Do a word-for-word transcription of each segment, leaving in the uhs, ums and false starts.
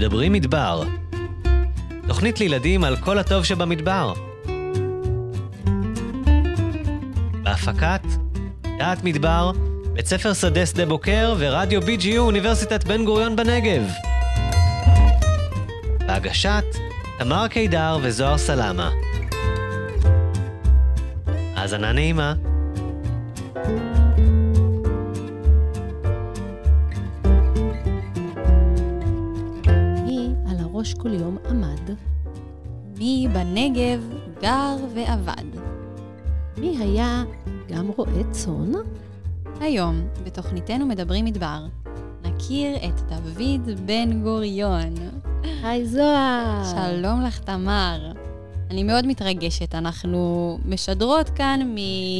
מדברים מדבר. תוכנית לילדים על כל הטוב שבמדבר. בהפקת דעת מדבר, בית ספר שדה שדה בוקר ורדיו בי ג'י יו אוניברסיטת בן גוריון בנגב. בהגשת תמר קידר וזוהר סלמה. האזנה נעימה. מי על הראש כל יום עמד? מי בנגב גר ועבד? מי היה גם רועה צאן? היום, בתוכניתנו מדברים מדבר, נכיר את דוד בן גוריון. היי זוהר. שלום לך תמר. אני מאוד מתרגשת, אנחנו משדרות כאן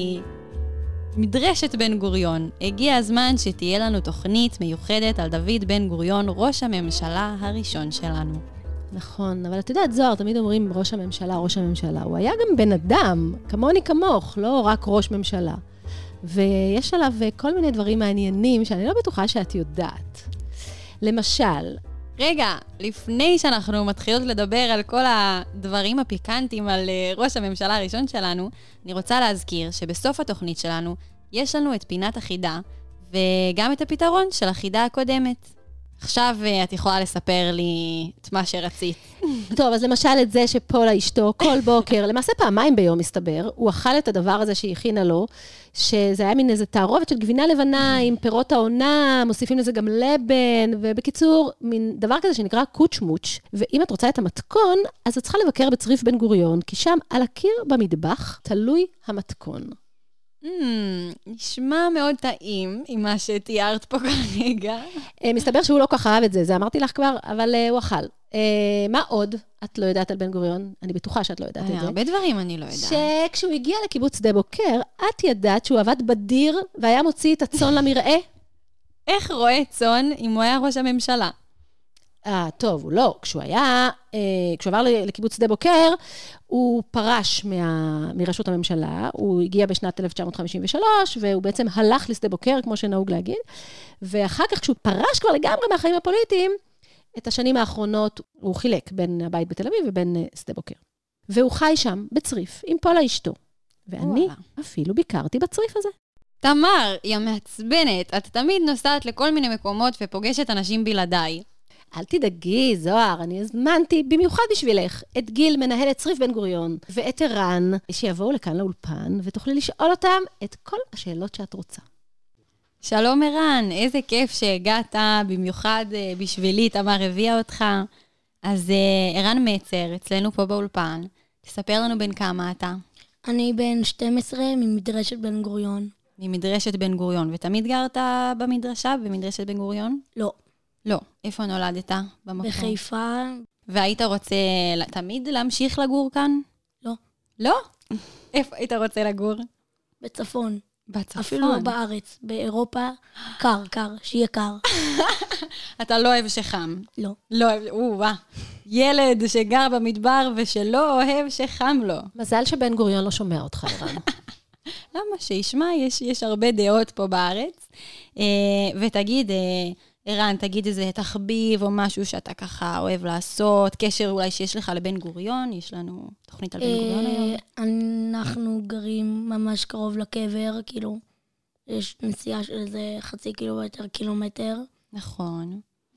ממדרשת בן גוריון. הגיע הזמן שתהיה לנו תוכנית מיוחדת על דוד בן גוריון, ראש הממשלה הראשון שלנו. נכון, אבל את יודעת זוהר, תמיד אומרים ראש הממשלה, ראש הממשלה. הוא היה גם בן אדם, כמוני כמוך, לא רק ראש ממשלה. ויש עליו כל מיני דברים מעניינים שאני לא בטוחה שאת יודעת. למשל, רגע, לפני שאנחנו מתחילות לדבר על כל הדברים הפיקנטיים על ראש הממשלה הראשון שלנו, אני רוצה להזכיר שבסוף התוכנית שלנו יש לנו את פינת החידה, וגם את הפתרון של החידה הקודמת. עכשיו את יכולה לספר לי את מה שרצית. טוב, אז למשל את זה שפולה אשתו כל בוקר, למעשה פעמיים ביום מסתבר, הוא אכל את הדבר הזה שהיא הכינה לו, שזה היה מין איזה תערובת של גבינה לבנה עם פירות העונה, מוסיפים לזה גם לבן, ובקיצור, מין דבר כזה שנקרא קוצ'מוץ'. ואם את רוצה את המתכון, אז את צריכה לבקר בצריף בן גוריון, כי שם על הקיר במטבח תלוי המתכון. Mm, נשמע מאוד טעים עם מה שתיארת פה כרגע. מסתבר שהוא לא כל כך אהב את זה, זה אמרתי לך כבר, אבל הוא אכל. מה עוד את לא יודעת על בן גוריון? אני בטוחה שאת לא יודעת את זה. הרבה דברים אני לא יודעת. שכשהוא הגיע לקיבוץ שדה בוקר, את ידעת שהוא עבד בדיר והיה מוציא את הצאן למרעה? איך רואה צאן אם הוא היה ראש הממשלה? אה, טוב, הוא לא. כשהוא היה, אה, כשהוא עבר לקיבוץ שדה בוקר, הוא פרש מה, מראשות הממשלה, הוא הגיע בשנת אלף תשע מאות חמישים ושלוש, והוא בעצם הלך לשדה בוקר, כמו שנהוג להגיד, ואחר כך, כשהוא פרש כבר לגמרי מהחיים הפוליטיים, את השנים האחרונות הוא חילק בין הבית בתל אביב ובין uh, שדה בוקר. והוא חי שם בצריף, עם פולה אשתו. ואני וואלה. אפילו ביקרתי בצריף הזה. תמר, היא מעצבנת, את תמיד נוסעת לכל מיני מקומות ופוגשת אנשים בלעדיי. אל תדאגי, זוהר, אני הזמנתי במיוחד בשבילך את גיל, מנהלת צריף בן גוריון, ואת ערן, שיבואו לכאן לאולפן, ותוכלי לשאול אותם את כל השאלות שאת רוצה. שלום ערן, איזה כיף שהגעת, במיוחד בשבילי, תמר הביאה אותך. אז ערן מצר, אצלנו פה באולפן, תספר לנו בין כמה אתה. אני בן שתים עשרה ממדרשת בן גוריון. ממדרשת בן גוריון, ותמיד גרת במדרשה, במדרשת בן גוריון? לא. לא. איפה נולדת? במקום? בחיפה. והיית רוצה תמיד להמשיך לגור כאן? לא. לא? איפה היית רוצה לגור? בצפון. בצפון. אפילו לא בארץ, באירופה, קר, קר, שיהיה קר. אתה לא אוהב שחם. לא. לא אוהב, וואה. ילד שגר במדבר ושלא אוהב שחם לו. מזל שבן גוריון לא שומע אותך, ערן. למה? שישמע, יש, יש הרבה דעות פה בארץ. אה, ותגיד, אה, ערן, תגיד איזה תחביב או משהו שאתה ככה אוהב לעשות, קשר אולי שיש לך לבן גוריון, יש לנו תוכנית על בן גוריון היום. אנחנו גרים ממש קרוב לקבר, כאילו, יש נסיעה של איזה חצי קילומטר, קילומטר. נכון.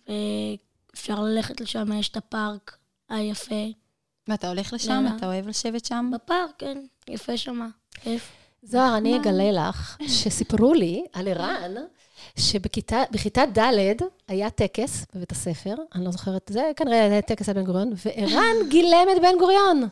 ואפשר ללכת לשם, יש את הפארק היפה. ואתה הולך לשם? אתה אוהב לשבת שם? בפארק, כן, יפה שמה, כיף. זוהר, אני אגלה לך שסיפרו לי על ערן, שבכיתה ד' היה טקס בבית הספר, אני לא זוכרת, זה כנראה היה טקס על בן גוריון, וערן גילם את בן גוריון.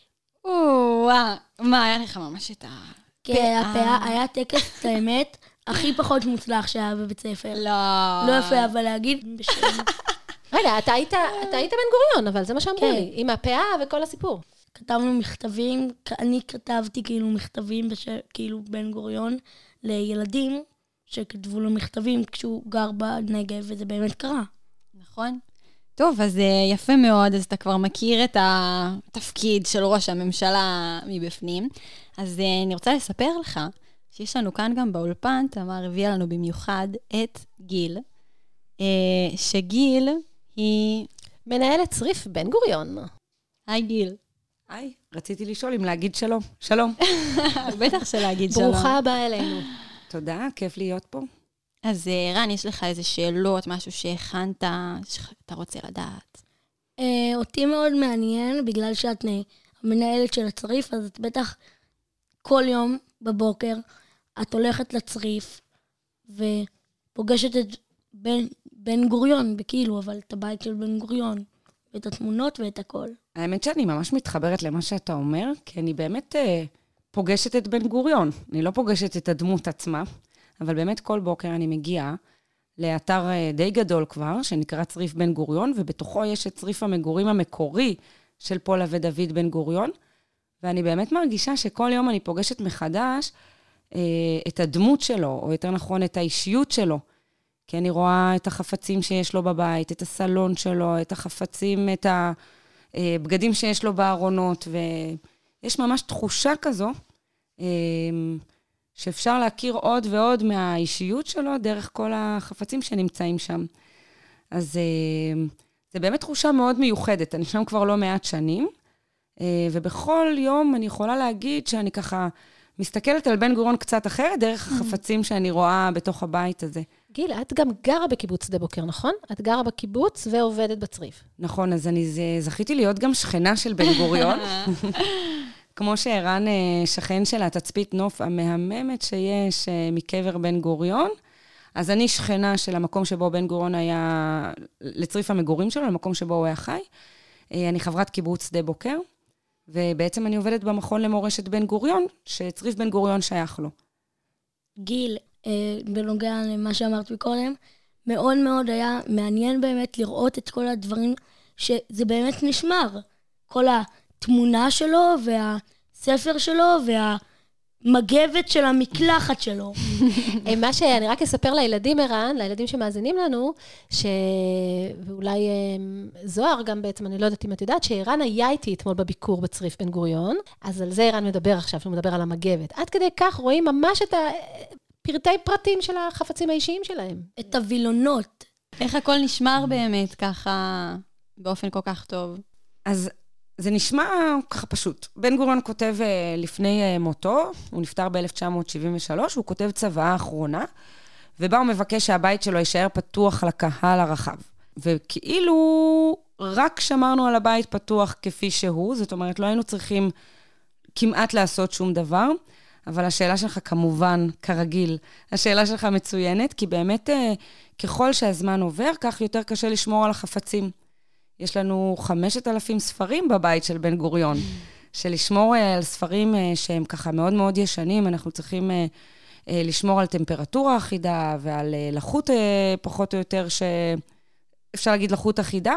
וואו, מה, היה לך ממש את ה... כן, היה טקס, האמת, הכי פחות מוצלח שהיה בבית ספר. לא. לא יפה, אבל להגיד בשם. רגע, אתה היית בן גוריון, אבל זה מה שאמרו לי, עם הפאה וכל הסיפור. כתבנו מכתבים, אני כתבתי כאילו מכתבים, כאילו בן גוריון, לילדים, שכתבו לו מכתבים כשהוא גר בנגב, וזה באמת קרה. נכון. טוב, אז יפה מאוד, אז אתה כבר מכיר את התפקיד של ראש הממשלה מבפנים. אז אני רוצה לספר לך, שיש לנו כאן גם באולפן, תמר הביאה לנו במיוחד את גיל, שגיל היא... מנהלת צריף בן גוריון. היי גיל. היי, רציתי לשאול אם להגיד שלום. שלום. בטח שלהגיד שלום. ברוכה הבאה אלינו. תודה, כיף להיות פה. אז רן, יש לך איזה שאלות, משהו שהכנת, שאתה רוצה לדעת? אה, אותי מאוד מעניין, בגלל שאת המנהלת של הצריף, אז את בטח כל יום בבוקר, את הולכת לצריף, ופוגשת את בן, בן גוריון, בכאילו, אבל את הבית של בן גוריון, ואת התמונות ואת הכל. האמת שאני ממש מתחברת למה שאתה אומר, כי אני באמת אה, פוגשת את בן גוריון. אני לא פוגשת את הדמות עצמה, אבל באמת כל בוקר אני מגיעה לאתר אה, די גדול כבר, שנקרא צריף בן גוריון, ובתוכו יש את צריף המגורים המקורי של פולה ודוד בן גוריון, ואני באמת מרגישה שכל יום אני פוגשת מחדש אה, את הדמות שלו, או יותר נכון את האישיות שלו, כי אני רואה את החפצים שיש לו בבית, את הסלון שלו, את החפצים, את הבגדים שיש לו בארונות, ויש ממש תחושה כזו, שאפשר להכיר עוד ועוד מהאישיות שלו, דרך כל החפצים שנמצאים שם. אז זה באמת תחושה מאוד מיוחדת, אני שם כבר לא מעט שנים, ובכל יום אני יכולה להגיד שאני ככה מסתכלת על בן גוריון קצת אחרת, דרך החפצים שאני רואה בתוך הבית הזה. גיל, את גם גרה בקיבוץ שדה בוקר, נכון? את גרה בקיבוץ ועובדת בצריף. נכון, אז אני זכיתי להיות גם שכנה של בן גוריון. כמו שערן שכן של התצפית נוף המהממת שיש מקבר בן גוריון, אז אני שכנה של המקום שבו בן גוריון היה, לצריף המגורים שלו, למקום שבו הוא היה חי. אני חברת קיבוץ שדה בוקר, ובעצם אני עובדת במכון למורשת בן גוריון, שצריף בן גוריון שייך לו. גיל, בנוגע למה שאמרת מקודם, מאוד מאוד היה מעניין באמת לראות את כל הדברים שזה באמת נשמר. כל התמונה שלו והספר שלו והמגבת של המקלחת שלו. מה שאני רק אספר לילדים, ערן, לילדים שמאזינים לנו, שאולי זוהר גם בעצם, אני לא יודעת אם את יודעת, שערן היה איתי אתמול בביקור בצריף בן גוריון, אז על זה ערן מדבר עכשיו, שהוא מדבר על המגבת. עד כדי כך רואים ממש את ה... פרטי פרטים של החפצים האישיים שלהם. את הווילונות. איך הכל נשמר באמת ככה, באופן כל כך טוב? אז זה נשמע ככה פשוט. בן גוריון כותב לפני מותו, הוא נפטר ב-אלף תשע מאות שבעים ושלוש, הוא כותב צוואה האחרונה, ובה הוא מבקש שהבית שלו יישאר פתוח לקהל הרחב. וכאילו רק שמרנו על הבית פתוח כפי שהוא, זאת אומרת, לא היינו צריכים כמעט לעשות שום דבר, אבל השאלה שלך כמובן, כרגיל, השאלה שלך מצוינת, כי באמת ככל שהזמן עובר, כך יותר קשה לשמור על החפצים. יש לנו חמשת אלפים ספרים בבית של בן גוריון, שלשמור על ספרים שהם ככה מאוד מאוד ישנים, אנחנו צריכים לשמור על טמפרטורה אחידה, ועל לחות פחות או יותר, שאפשר להגיד לחות אחידה,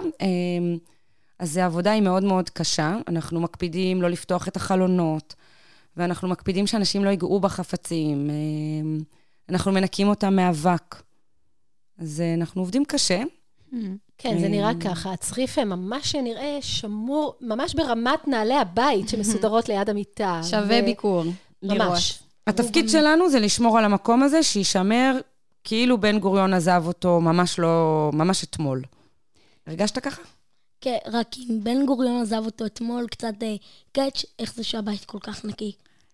אז העבודה היא מאוד מאוד קשה, אנחנו מקפידים לא לפתוח את החלונות, ואנחנו מקפידים שאנשים לא ייגעו בחפצים, אנחנו מנקים אותם מאבק. אז אנחנו עובדים קשה. כן, זה נראה ככה. הצריף ממש נראה שמור, ממש ברמת נעלי הבית שמסודרות ליד המיטה. שווה ביקור. ממש. התפקיד שלנו זה לשמור על המקום הזה, שישמר כאילו בן גוריון עזב אותו ממש לא, ממש אתמול. הרגשת ככה? כן, רק אם בן גוריון עזב אותו אתמול, קצת קאץ', איך זה שהבית כל כך נקי.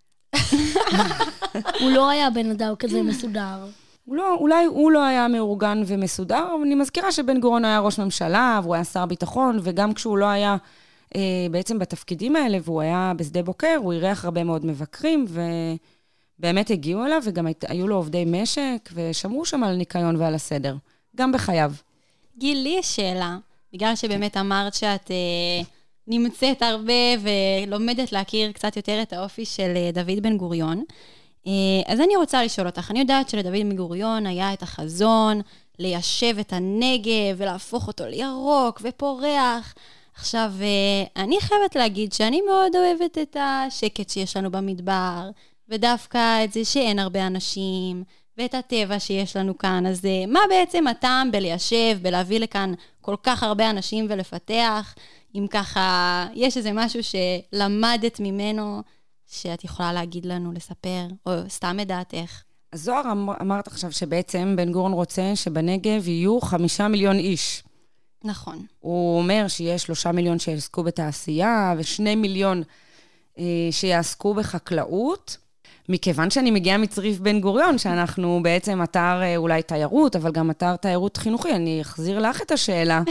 הוא לא היה בן אדם כזה מסודר. הוא לא, אולי הוא לא היה מאורגן ומסודר, אבל אני מזכירה שבן גוריון היה ראש ממשלה, והוא היה שר ביטחון, וגם כשהוא לא היה אה, בעצם בתפקידים האלה, והוא היה בשדה בוקר, הוא אירח הרבה מאוד מבקרים, ובאמת הגיעו אליו, וגם היו לו עובדי משק, ושמרו שם על ניקיון ועל הסדר, גם בחייו. גיל, לי יש שאלה, בגלל שבאמת אמרת שאת אה, נמצאת הרבה, ולומדת להכיר קצת יותר את האופי של אה, דוד בן גוריון, אז אני רוצה לשאול אותך, אני יודעת שלדוד בן גוריון היה את החזון ליישב את הנגב ולהפוך אותו לירוק ופורח. עכשיו, אני חייבת להגיד שאני מאוד אוהבת את השקט שיש לנו במדבר, ודווקא את זה שאין הרבה אנשים, ואת הטבע שיש לנו כאן. אז מה בעצם הטעם בליישב, בלהביא לכאן כל כך הרבה אנשים ולפתח, אם ככה יש איזה משהו שלמדת ממנו, שאת יכולה להגיד לנו, לספר, או סתם את דעתך. אז זוהר אמרת עכשיו שבעצם בן גוריון רוצה שבנגב יהיו חמישה מיליון איש. נכון. הוא אומר שיש שלושה מיליון שיעסקו בתעשייה, ושני מיליון אה, שיעסקו בחקלאות. מכיוון שאני מגיעה מצריף בן גוריון, שאנחנו בעצם אתר אה, אולי תיירות, אבל גם אתר תיירות חינוכי, אני אחזיר לך את השאלה.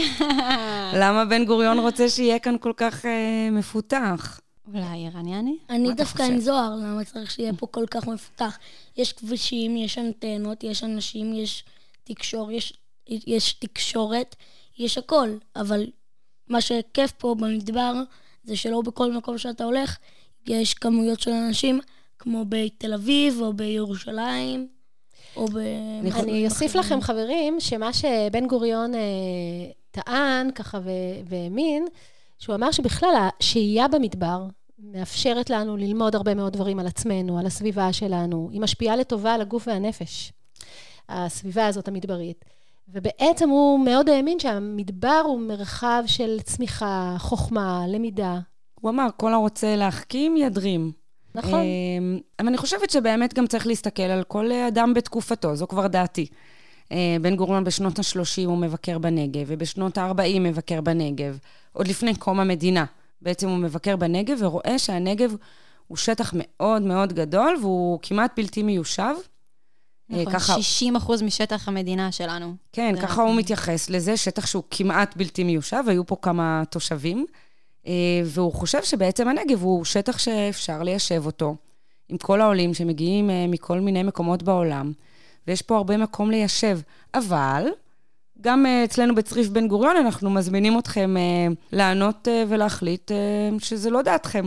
למה בן גוריון רוצה שיהיה כאן כל כך אה, מפותח? אולי ערן יעני? אני דווקא אין זוהר, למה צריך שיהיה פה כל כך מפותח? יש כבישים, יש אנטנות, יש אנשים, יש תקשור, יש, יש תקשורת, יש הכל. אבל מה שכיף פה במדבר, זה שלא בכל מקום שאתה הולך, יש כמויות של אנשים, כמו בתל אביב, או בירושלים, או ב... אני אוסיף לכם, חברים, שמה שבן גוריון אה, טען ככה והאמין, שהוא אמר שבכלל השהייה במדבר מאפשרת לנו ללמוד הרבה מאוד דברים על עצמנו, על הסביבה שלנו. היא משפיעה לטובה על הגוף והנפש, הסביבה הזאת המדברית. ובעצם הוא מאוד האמין שהמדבר הוא מרחב של צמיחה, חוכמה, למידה. הוא אמר, כל הרוצה להחכים ידרים. נכון. אבל אני חושבת שבאמת גם צריך להסתכל על כל אדם בתקופתו, זו כבר דעתי. בן גוריון בשנות ה-שלושים הוא מבקר בנגב, ובשנות ה-ארבעים מבקר בנגב. עוד לפני קום המדינה. בעצם הוא מבקר בנגב ורואה שהנגב הוא שטח מאוד מאוד גדול, והוא כמעט בלתי מיושב. נכון, ככה... שישים אחוז משטח המדינה שלנו. כן, ככה נכון. הוא מתייחס לזה, שטח שהוא כמעט בלתי מיושב, היו פה כמה תושבים, והוא חושב שבעצם הנגב הוא שטח שאפשר ליישב אותו, עם כל העולים שמגיעים מכל מיני מקומות בעולם, ויש פה הרבה מקום ליישב. אבל גם אצלנו בצריף בן גוריון, אנחנו מזמינים אתכם לענות ולהחליט שזה לא דעתכם.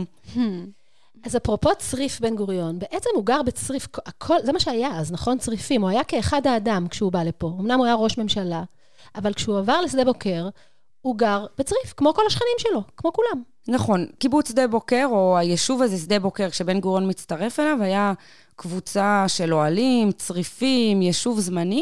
אז אפרופו צריף בן גוריון, בעצם הוא גר בצריף, הכל, זה מה שהיה אז, נכון? צריפים, הוא היה כאחד האדם כשהוא בא לפה. אמנם הוא היה ראש ממשלה, אבל כשהוא עבר לשדה בוקר, הוא גר בצריף, כמו כל השכנים שלו, כמו כולם. נכון, קיבוץ שדה בוקר, או היישוב הזה שדה בוקר, כשבן גוריון מצטרף אליו, היה קבוצה של אוהלים, צריפים, יישוב זמני.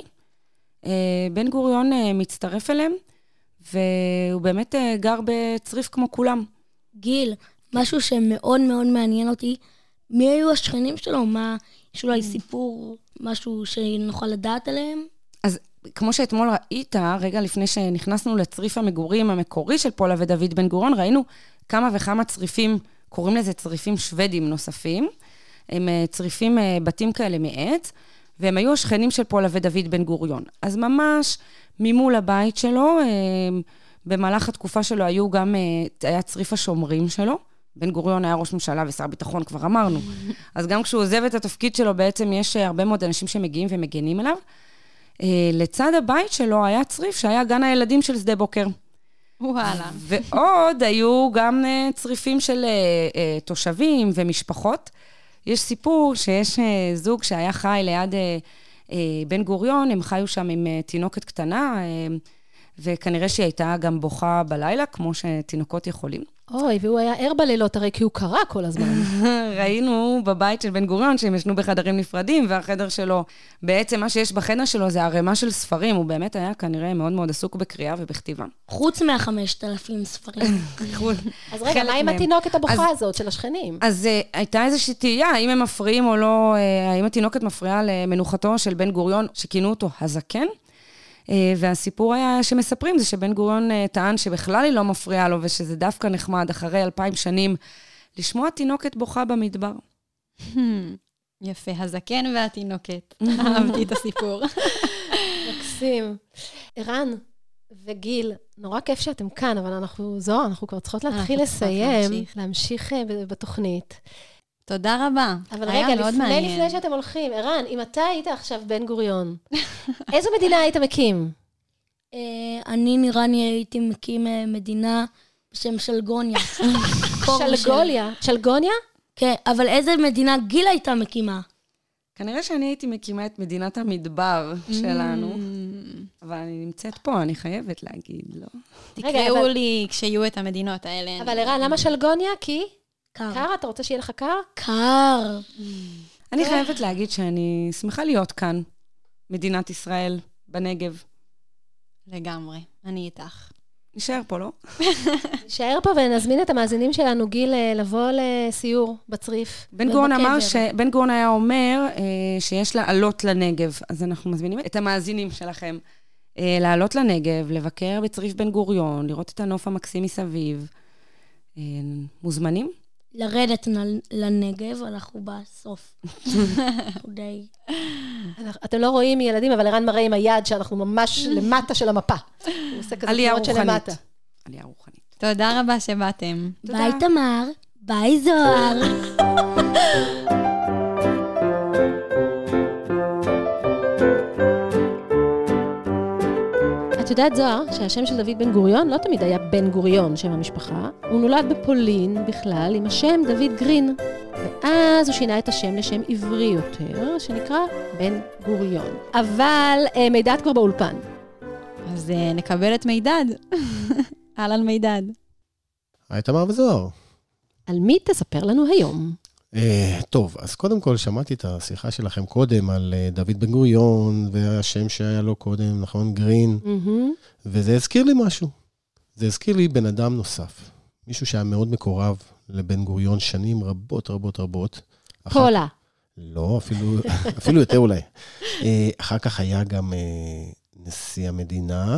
בן גוריון מצטרף אליהם, והוא באמת גר בצריף כמו כולם. גיל, משהו שמאוד מאוד מעניין אותי, מי היו השכנים שלו? מה, יש אולי סיפור, משהו שנוכל לדעת עליהם? אז כמו שאתמול ראית, רגע לפני שנכנסנו לצריף המגורים המקורי של פולה ודוד בן גוריון, ראינו כמה וכמה צריפים, קוראים לזה צריפים שוודים נוספים, הם צריפים בתים כאלה מעץ, והם היו השכנים של פולה ודוד בן גוריון. אז ממש ממול הבית שלו, במהלך התקופה שלו היו גם, היה צריף השומרים שלו, בן גוריון היה ראש ממשלה ושר ביטחון, כבר אמרנו. אז גם כשהוא עוזב את התפקיד שלו, בעצם יש הרבה מאוד אנשים שמגיעים ומגנים אליו. לצד הבית שלו היה צריף שהיה גן הילדים של שדה בוקר. וואלה. ועוד היו גם צריפים של תושבים ומשפחות. יש סיפור שיש זוג שהיה חי ליד בן גוריון, הם חיו שם עם תינוקת קטנה, וכנראה שהיא הייתה גם בוכה בלילה, כמו שתינוקות יכולים. אוי, והוא היה ער בלילות, הרי כי הוא קרא כל הזמן. ראינו בבית של בן גוריון שהם ישנו בחדרים נפרדים, והחדר שלו, בעצם מה שיש בחדר שלו זה הרמה של ספרים, הוא באמת היה כנראה מאוד מאוד עסוק בקריאה ובכתיבה. חוץ מהחמשת אלפים ספרים. אז רגע, מה עם התינוקת הבוכה הזאת של השכנים? אז הייתה איזושהי תהייה, האם הם מפריעים או לא, האם התינוקת מפריעה למנוחתו של בן גוריון, שכינו אותו הזקן? והסיפור היה שמספרים זה שבן גוריון טען שבכלל היא לא מפריעה לו, ושזה דווקא נחמד אחרי אלפיים שנים לשמוע תינוקת בוכה במדבר. יפה, הזקן והתינוקת. אהבתי את הסיפור. מקסים. ערן וגיל, נורא כיף שאתם כאן, אבל אנחנו, זו, אנחנו כבר צריכות להתחיל לסיים, להמשיך בתוכנית. תודה רבה. אבל רגע, לפני, לפני שאתם הולכים, ערן, אם אתה היית עכשיו בן גוריון, איזו מדינה היית מקים? אני נראה לי הייתי מקים מדינה בשם שלגוניה. שלגוליה? שלגוניה? כן, אבל איזה מדינה גיל הייתה מקימה? כנראה שאני הייתי מקימה את מדינת המדבר שלנו, אבל אני נמצאת פה, אני חייבת להגיד, לא? תקראו לי כשיהיו את המדינות האלה. אבל ערן, למה שלגוניה? כי? קר. קר? אתה רוצה שיהיה לך קר? קר. אני חייבת להגיד שאני שמחה להיות כאן, מדינת ישראל, בנגב. לגמרי, אני איתך. נשאר פה, לא? נשאר פה ונזמין את המאזינים שלנו, גיל, לבוא לסיור בצריף. בן גוריון אמר ש... בן גוריון היה אומר שיש לעלות לנגב, אז אנחנו מזמינים את המאזינים שלכם לעלות לנגב, לבקר בצריף בן גוריון, לראות את הנוף המקסים מסביב. מוזמנים? לרדת לנגב, אנחנו בסוף. די. אתם לא רואים ילדים, אבל ערן מראה עם היד שאנחנו ממש למטה של המפה. הוא עושה כזה תנועות שלמטה. עלייה רוחנית. תודה רבה שבאתם. ביי תמר, ביי זוהר. את יודעת זוהר שהשם של דוד בן גוריון לא תמיד היה בן גוריון שם המשפחה, הוא נולד בפולין בכלל עם השם דוד גרין, ואז הוא שינה את השם לשם עברי יותר, שנקרא בן גוריון. אבל אה, מידד כבר באולפן. אז אה, נקבל את מידד. אהלן מידד. היי תמר וזוהר. על מי תספר לנו היום? אה, טוב, אז קודם כל שמעתי את השיחה שלכם קודם על אה, דוד בן גוריון, והשם שהיה לו קודם, נכון, גרין, mm-hmm. וזה הזכיר לי משהו. זה הזכיר לי בן אדם נוסף. מישהו שהיה מאוד מקורב לבן גוריון שנים רבות רבות רבות. פולה. אחר... לא, אפילו, אפילו יותר אולי. אה, אחר כך היה גם אה, נשיא המדינה,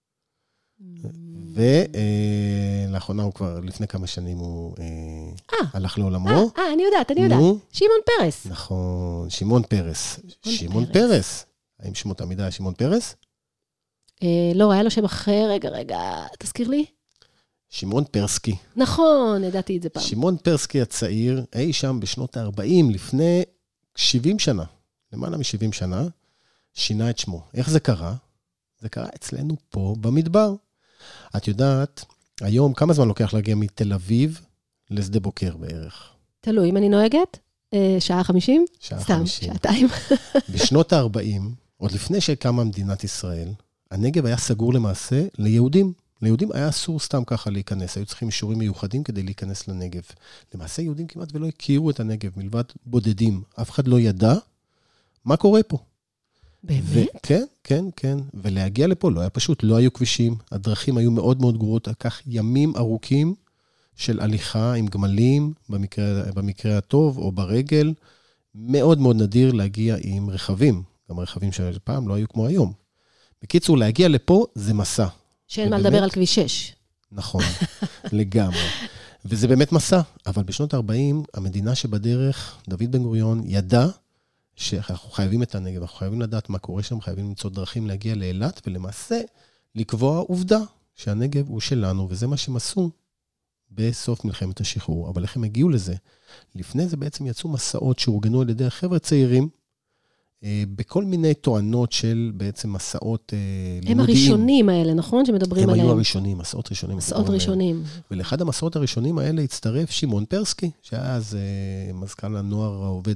ולאחרונה הוא כבר, לפני כמה שנים הוא הלך לעולמו. אה, אני יודעת, אני יודעת. שמעון פרס. נכון, שמעון פרס. שמעון פרס. האם שמות עמידה היה שמעון פרס? לא, היה לו שם אחר, רגע, רגע, תזכיר לי. שמעון פרסקי. נכון, ידעתי את זה פעם. שמעון פרסקי הצעיר, אי שם בשנות ה-ארבעים, לפני שבעים שנה, למעלה מ-שבעים שנה, שינה את שמו. איך זה קרה? זה קרה אצלנו פה במדבר. את יודעת, היום כמה זמן לוקח להגיע מתל אביב לשדה בוקר בערך? תלוי, אם אני נוהגת, שעה חמישים? שעה סתם, חמישים. שעתיים. בשנות ה-ארבעים, עוד לפני שקמה מדינת ישראל, הנגב היה סגור למעשה ליהודים. ליהודים היה אסור סתם ככה להיכנס, היו צריכים אישורים מיוחדים כדי להיכנס לנגב. למעשה יהודים כמעט ולא הכירו את הנגב, מלבד בודדים. אף אחד לא ידע מה קורה פה. באמת? כן, כן, כן. ולהגיע לפה לא היה פשוט, לא היו כבישים, הדרכים היו מאוד מאוד גרועות, כך ימים ארוכים של הליכה עם גמלים, במקרה, במקרה הטוב, או ברגל, מאוד מאוד נדיר להגיע עם רכבים, גם רכבים של פעם לא היו כמו היום. בקיצור, להגיע לפה זה מסע. שאין מה לדבר על כביש שש. נכון, לגמרי. וזה באמת מסע, אבל בשנות ה-ארבעים, המדינה שבדרך, דוד בן גוריון, ידע שאנחנו חייבים את הנגב, אנחנו חייבים לדעת מה קורה שם, חייבים למצוא דרכים להגיע לאילת, ולמעשה לקבוע עובדה שהנגב הוא שלנו, וזה מה שהם עשו בסוף מלחמת השחרור. אבל איך הם הגיעו לזה? לפני זה בעצם יצאו מסעות שאורגנו על ידי החבר'ה צעירים, בכל מיני תואנות של בעצם מסעות לימודיים. הם הראשונים האלה, נכון? שמדברים עליהם. הם היו הראשונים, מסעות ראשונים. מסעות ראשונים. ולאחד המסעות הראשונים האלה הצטרף שמעון פרסקי, שהיה אז מזכ"ל הנוער העובד.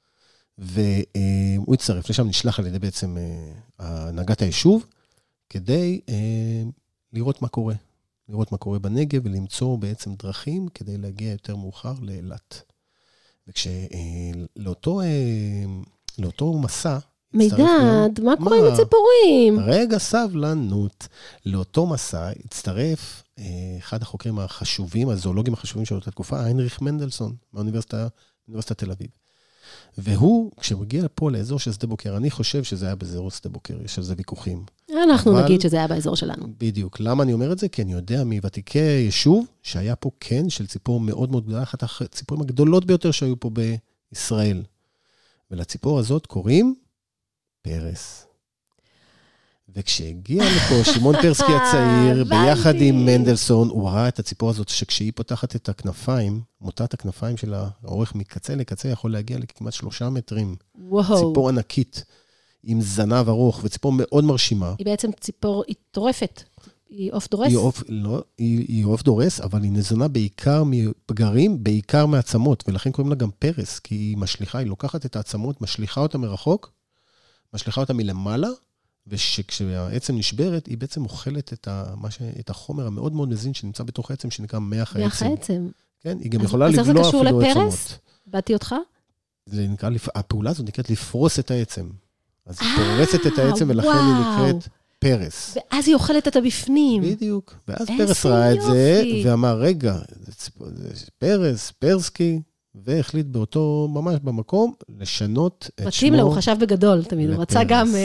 והוא הצטרף לשם, נשלח על ידי בעצם הנהגת היישוב, כדי לראות מה קורה. לראות מה קורה בנגב ולמצוא בעצם דרכים כדי להגיע יותר מאוחר לאילת. וכשלאותו... לאותו מסע... מידד, מה קורה עם הציפורים? רגע, סבלנות. לאותו מסע הצטרף אחד החוקרים החשובים, הזואולוגים החשובים של אותה תקופה, היינריך מנדלסון, מהאוניברסיטת תל אביב. והוא, כשהוא הגיע פה לאזור של שדה בוקר, אני חושב שזה היה באזור שדה בוקר, יש על זה ויכוחים. אנחנו נגיד שזה היה באזור שלנו. בדיוק. למה אני אומר את זה? כי אני יודע מוותיקי יישוב, שהיה פה כן של ציפור מאוד מאוד גדולה, אחת הציפורים הגדולות ביותר שהיו פה בישראל. ולציפור הזאת קוראים פרס. וכשהגיע לפה שמעון פרסקי הצעיר, ביחד עם מנדלסון, הוא ראה את הציפור הזאת, שכשהיא פותחת את הכנפיים, מוטת הכנפיים של האורך מקצה לקצה, יכול להגיע לכמעט שלושה מטרים. וואו. ציפור ענקית, עם זנב ארוך, וציפור מאוד מרשימה. היא בעצם ציפור, היא טורפת. היא אוף דורס? היא אוף, לא, היא, היא אוף דורס, אבל היא נזונה בעיקר מפגרים, בעיקר מעצמות, ולכן קוראים לה גם פרס, כי היא משליחה, היא לוקחת את העצמות, משליחה אותה מרחוק, משליחה אותה מלמעלה, ושכשהעצם נשברת, היא בעצם אוכלת את, ה, מה ש, את החומר המאוד מאוד מזין שנמצא בתוך העצם, שנקרא מח העצם. מח העצם. כן, היא גם אז, יכולה לבלוע אפילו עצמות. אז זה קשור לפרס? באתי אותך? זה נקרא, הפעולה הזאת נקראת לפרוס את העצם. אז היא פורסת את העצם, ולכן היא נקראת פרס. ואז היא אוכלת את הבפנים. בדיוק. ואז פרס ראה את זה, ואמר, רגע, זה פרס, פרסקי, והחליט באותו, ממש במקום, לשנות את שמו. מתאים לו, הוא חשב בגדול תמיד, הוא רצה גם...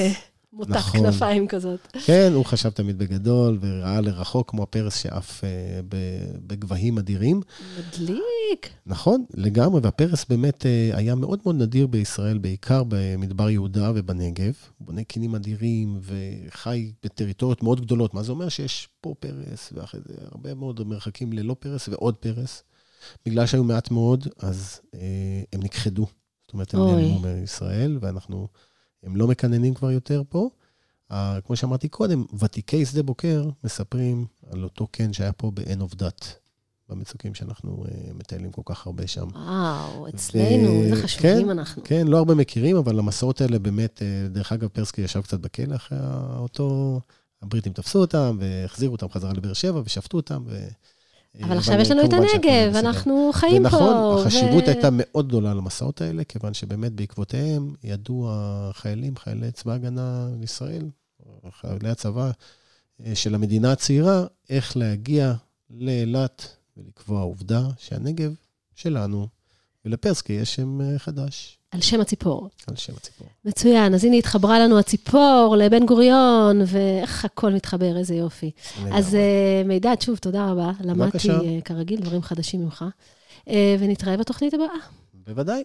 מותת נכון. כנפיים כזאת. כן, הוא חשב תמיד בגדול, וראה לרחוק כמו הפרס שאף אה, בגבהים אדירים. מדליק. נכון, לגמרי, והפרס באמת אה, היה מאוד מאוד נדיר בישראל, בעיקר במדבר יהודה ובנגב. הוא בונה קינים אדירים וחי בטריטוריות מאוד גדולות. מה זה אומר? שיש פה פרס, ואחרי זה הרבה מאוד מרחקים ללא פרס ועוד פרס. בגלל שהיו מעט מאוד, אז אה, הם נכחדו. זאת אומרת, הם נעלמו מישראל, ואנחנו... הם לא מקננים כבר יותר פה. כמו שאמרתי קודם, ותיקי שדה בוקר מספרים על אותו קן שהיה פה בעין עובדת, במצוקים שאנחנו מטיילים כל כך הרבה שם. וואו, אצלנו, איזה חשובים אנחנו. כן, לא הרבה מכירים, אבל המסורות האלה באמת, דרך אגב, פרסקי ישב קצת בכלא אחרי אותו, הבריטים תפסו אותם, והחזירו אותם חזרה לבאר שבע, ושפטו אותם, ו... אבל עכשיו יש לנו את הנגב, אנחנו חיים פה. ונכון, החשיבות הייתה מאוד גדולה למסעות האלה, כיוון שבאמת בעקבותיהם ידעו החיילים, חיילי צבא הגנה לישראל, חיילי הצבא של המדינה הצעירה, איך להגיע לאילת ולקבוע עובדה שהנגב שלנו, ולפרסקי יש שם חדש. על שם הציפור. על שם הציפור. מצוין, אז הנה התחברה לנו הציפור לבן גוריון, ואיך הכל מתחבר, איזה יופי. אז מידע, שוב, תודה רבה. למדתי כרגיל דברים חדשים ממך, ונתראה בתוכנית הבאה. בוודאי.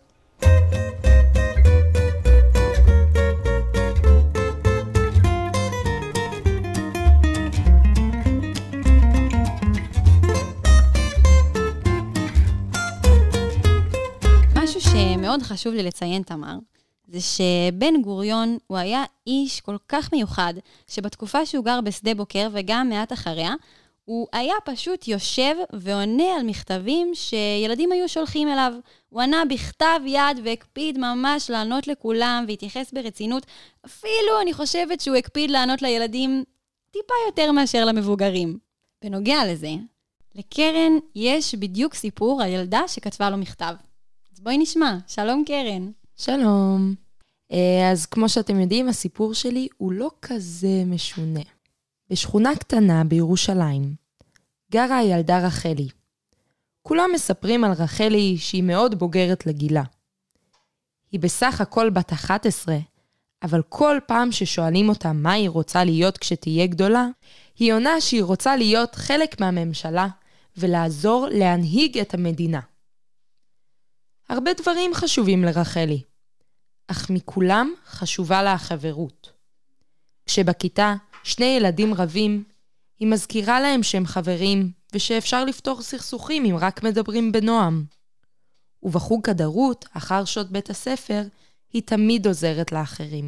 משהו שמאוד חשוב לי לציין, תמר, זה שבן גוריון הוא היה איש כל כך מיוחד, שבתקופה שהוא גר בשדה בוקר וגם מעט אחריה, הוא היה פשוט יושב ועונה על מכתבים שילדים היו שולחים אליו. הוא ענה בכתב יד והקפיד ממש לענות לכולם והתייחס ברצינות. אפילו אני חושבת שהוא הקפיד לענות לילדים טיפה יותר מאשר למבוגרים. בנוגע לזה, לקרן יש בדיוק סיפור על ילדה שכתבה לו מכתב. אז בואי נשמע. שלום קרן. שלום. אז כמו שאתם יודעים, הסיפור שלי הוא לא כזה משונה. בשכונה קטנה בירושלים גרה הילדה רחלי. כולם מספרים על רחלי שהיא מאוד בוגרת לגילה. היא בסך הכל בת אחת עשרה, אבל כל פעם ששואלים אותה מה היא רוצה להיות כשתהיה גדולה, היא עונה שהיא רוצה להיות חלק מהממשלה ולעזור להנהיג את המדינה. הרבה דברים חשובים לרחלי, אך מכולם חשובה לה החברות. כשבכיתה שני ילדים רבים, היא מזכירה להם שהם חברים ושאפשר לפתור סכסוכים אם רק מדברים בנועם. ובחוג כדרות, אחר שעות בית הספר, היא תמיד עוזרת לאחרים.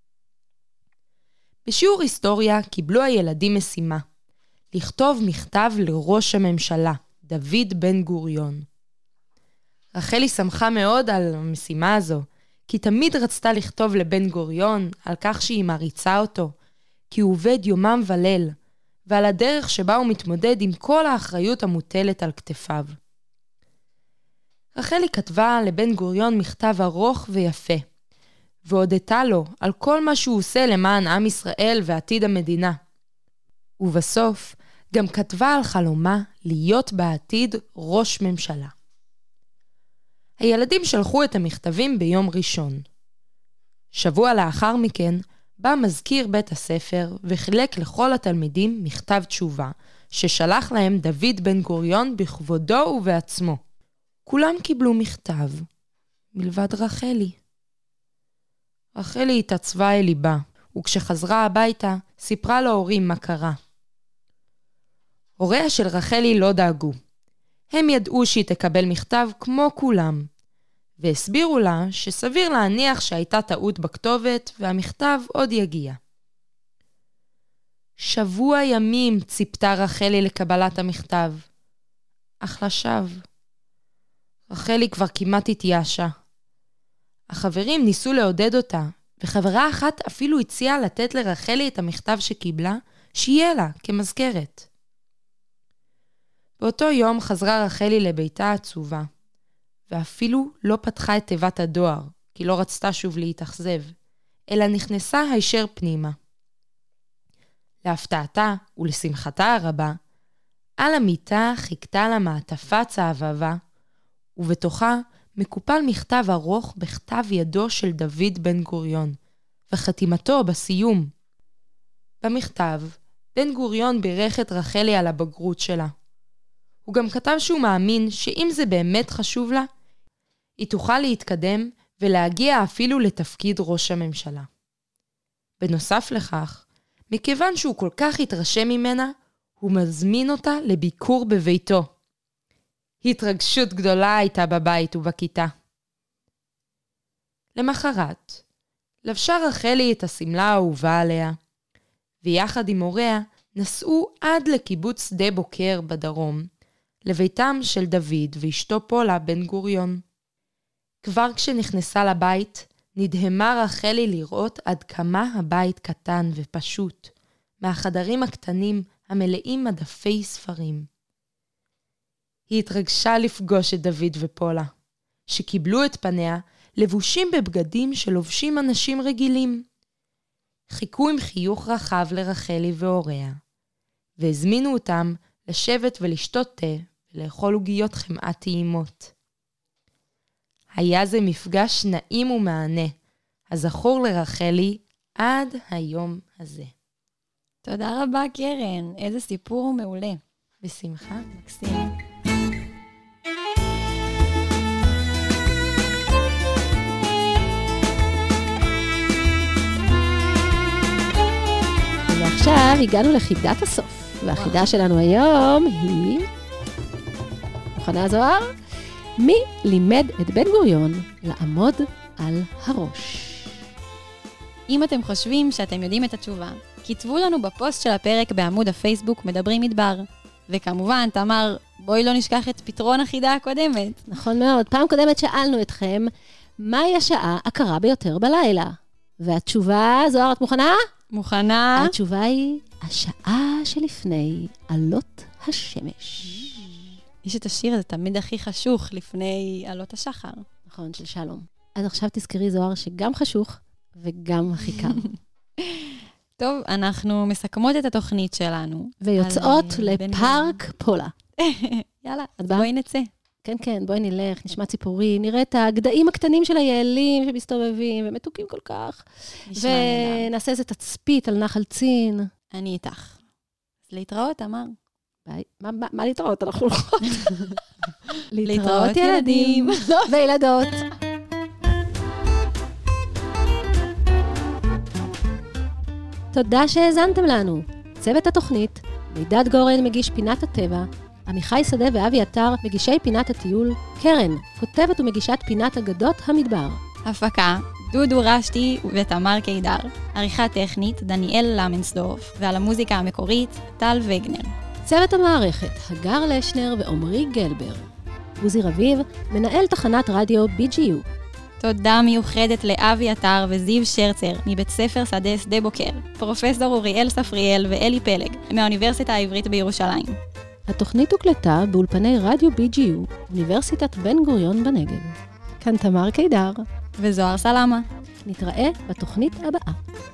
בשיעור היסטוריה קיבלו הילדים משימה, לכתוב מכתב לראש הממשלה, דוד בן גוריון. רחלי שמחה מאוד על המשימה הזו, כי תמיד רצתה לכתוב לבן גוריון על כך שהיא מריצה אותו, כי הוא עובד יומם וליל, ועל הדרך שבה הוא מתמודד עם כל האחריות המוטלת על כתפיו. רחלי כתבה לבן גוריון מכתב ארוך ויפה, והודתה לו על כל מה שהוא עושה למען עם ישראל ועתיד המדינה. ובסוף גם כתבה על חלומה להיות בעתיד ראש ממשלה. הילדים שלחו את המכתבים ביום ראשון. שבוע לאחר מכן, בא מזכיר בית הספר וחילק לכל התלמידים מכתב תשובה, ששלח להם דוד בן גוריון בכבודו ובעצמו. כולם קיבלו מכתב, מלבד רחלי. רחלי התעצבה אל ליבה, וכשחזרה הביתה, סיפרה להורים מה קרה. הוריה של רחלי לא דאגו. הם ידעו שהיא תקבל מכתב כמו כולם, והסבירו לה שסביר להניח שהייתה טעות בכתובת והמכתב עוד יגיע. שבוע ימים ציפתה רחלי לקבלת המכתב, אך לשווא. רחלי כבר כמעט התייאשה. החברים ניסו לעודד אותה, וחברה אחת אפילו הציעה לתת לרחלי את המכתב שקיבלה, שיהיה לה כמזכרת. באותו יום חזרה רחלי לביתה עצובה, ואפילו לא פתחה את תיבת הדואר, כי לא רצתה שוב להתאכזב, אלא נכנסה הישר פנימה. להפתעתה ולשמחתה הרבה, על המיטה חיכתה לה מעטפה צהבהבה, ובתוכה מקופל מכתב ארוך בכתב ידו של דוד בן גוריון, וחתימתו בסיום. במכתב, בן גוריון בירך את רחלי על הבגרות שלה. הוא גם כתב שהוא מאמין שאם זה באמת חשוב לה, היא תוכל להתקדם ולהגיע אפילו לתפקיד ראש הממשלה. בנוסף לכך, מכיוון שהוא כל כך התרשם ממנה, הוא מזמין אותה לביקור בביתו. התרגשות גדולה הייתה בבית ובכיתה. למחרת, לבשה רחלי את הסמלה האהובה עליה, ויחד עם הוריה נסעו עד לקיבוץ שדה בוקר בדרום, לביתם של דוד ואשתו פולה בן גוריון. כבר כשנכנסה לבית, נדהמה רחלי לראות עד כמה הבית קטן ופשוט, מהחדרים הקטנים המלאים מדפי ספרים. היא התרגשה לפגוש את דוד ופולה, שקיבלו את פניה לבושים בבגדים שלובשים אנשים רגילים. חיכו עם חיוך רחב לרחלי והוריה, והזמינו אותם לשבת ולשתות תה ולאכול עוגיות חמאה טעימות. היה זה מפגש נעים ומענה, הזכור לרחלי עד היום הזה. תודה רבה, קרן. איזה סיפור מעולה. בשמחה. מקסים. ועכשיו הגענו לחידת הסוף, והחידה שלנו היום היא... מוכנה זוהר? מי לימד את בן גוריון לעמוד על הראש? אם אתם חושבים שאתם יודעים את התשובה, כתבו לנו בפוסט של הפרק בעמוד הפייסבוק מדברים מדבר. וכמובן, תמר, בואי לא נשכח את פתרון החידה הקודמת. נכון מאוד. פעם קודמת שאלנו אתכם, מהי השעה הקרה ביותר בלילה? והתשובה, זוהר, את מוכנה? מוכנה. התשובה היא, השעה שלפני עלות השמש. יש את השיר הזה תמיד הכי חשוך לפני עלות השחר. נכון, של שלום. אז עכשיו תזכרי, זוהר, שגם חשוך וגם הכי קר. טוב, אנחנו מסכמות את התוכנית שלנו. ויוצאות לפארק פולה. יאללה, את באה? בואי נצא. כן, כן, בואי נלך, נשמע ציפורים, נראה את הגדעים הקטנים של היעלים שמסתובבים, ומתוקים כל כך. נשמע נהדר. ונעשה איזה תצפית על נחל צין. אני איתך. אז להתראות, אמר. ביי. מה, מה, מה להתראות? אנחנו הולכות. להתראות, ילדים. וילדות. תודה שהאזנתם לנו. צוות התוכנית, מידד גורן מגיש פינת הטבע, עמיחי שדה ואבי עטר מגישי פינת הטיול, קרן, כותבת ומגישת פינת אגדות המדבר. הפקה, דודו רשתי ותמר קידר. עריכה טכנית, דניאל למנסדורף, ועל המוזיקה המקורית, טל וגנר. צוות המערכת, הגר לשנר ועומרי גלבר. עוזי רביב, מנהל תחנת רדיו בי ג'י יו. תודה מיוחדת לאבי עטר וזיו שרצר מבית ספר שדה שדה בוקר, פרופסור אוריאל ספריאל ואלי פלג מהאוניברסיטה העברית בירושלים. התוכנית הוקלטה באולפני רדיו בי ג'י יו, אוניברסיטת בן גוריון בנגב. כאן תמר קידר. וזוהר סלמה. נתראה בתוכנית הבאה.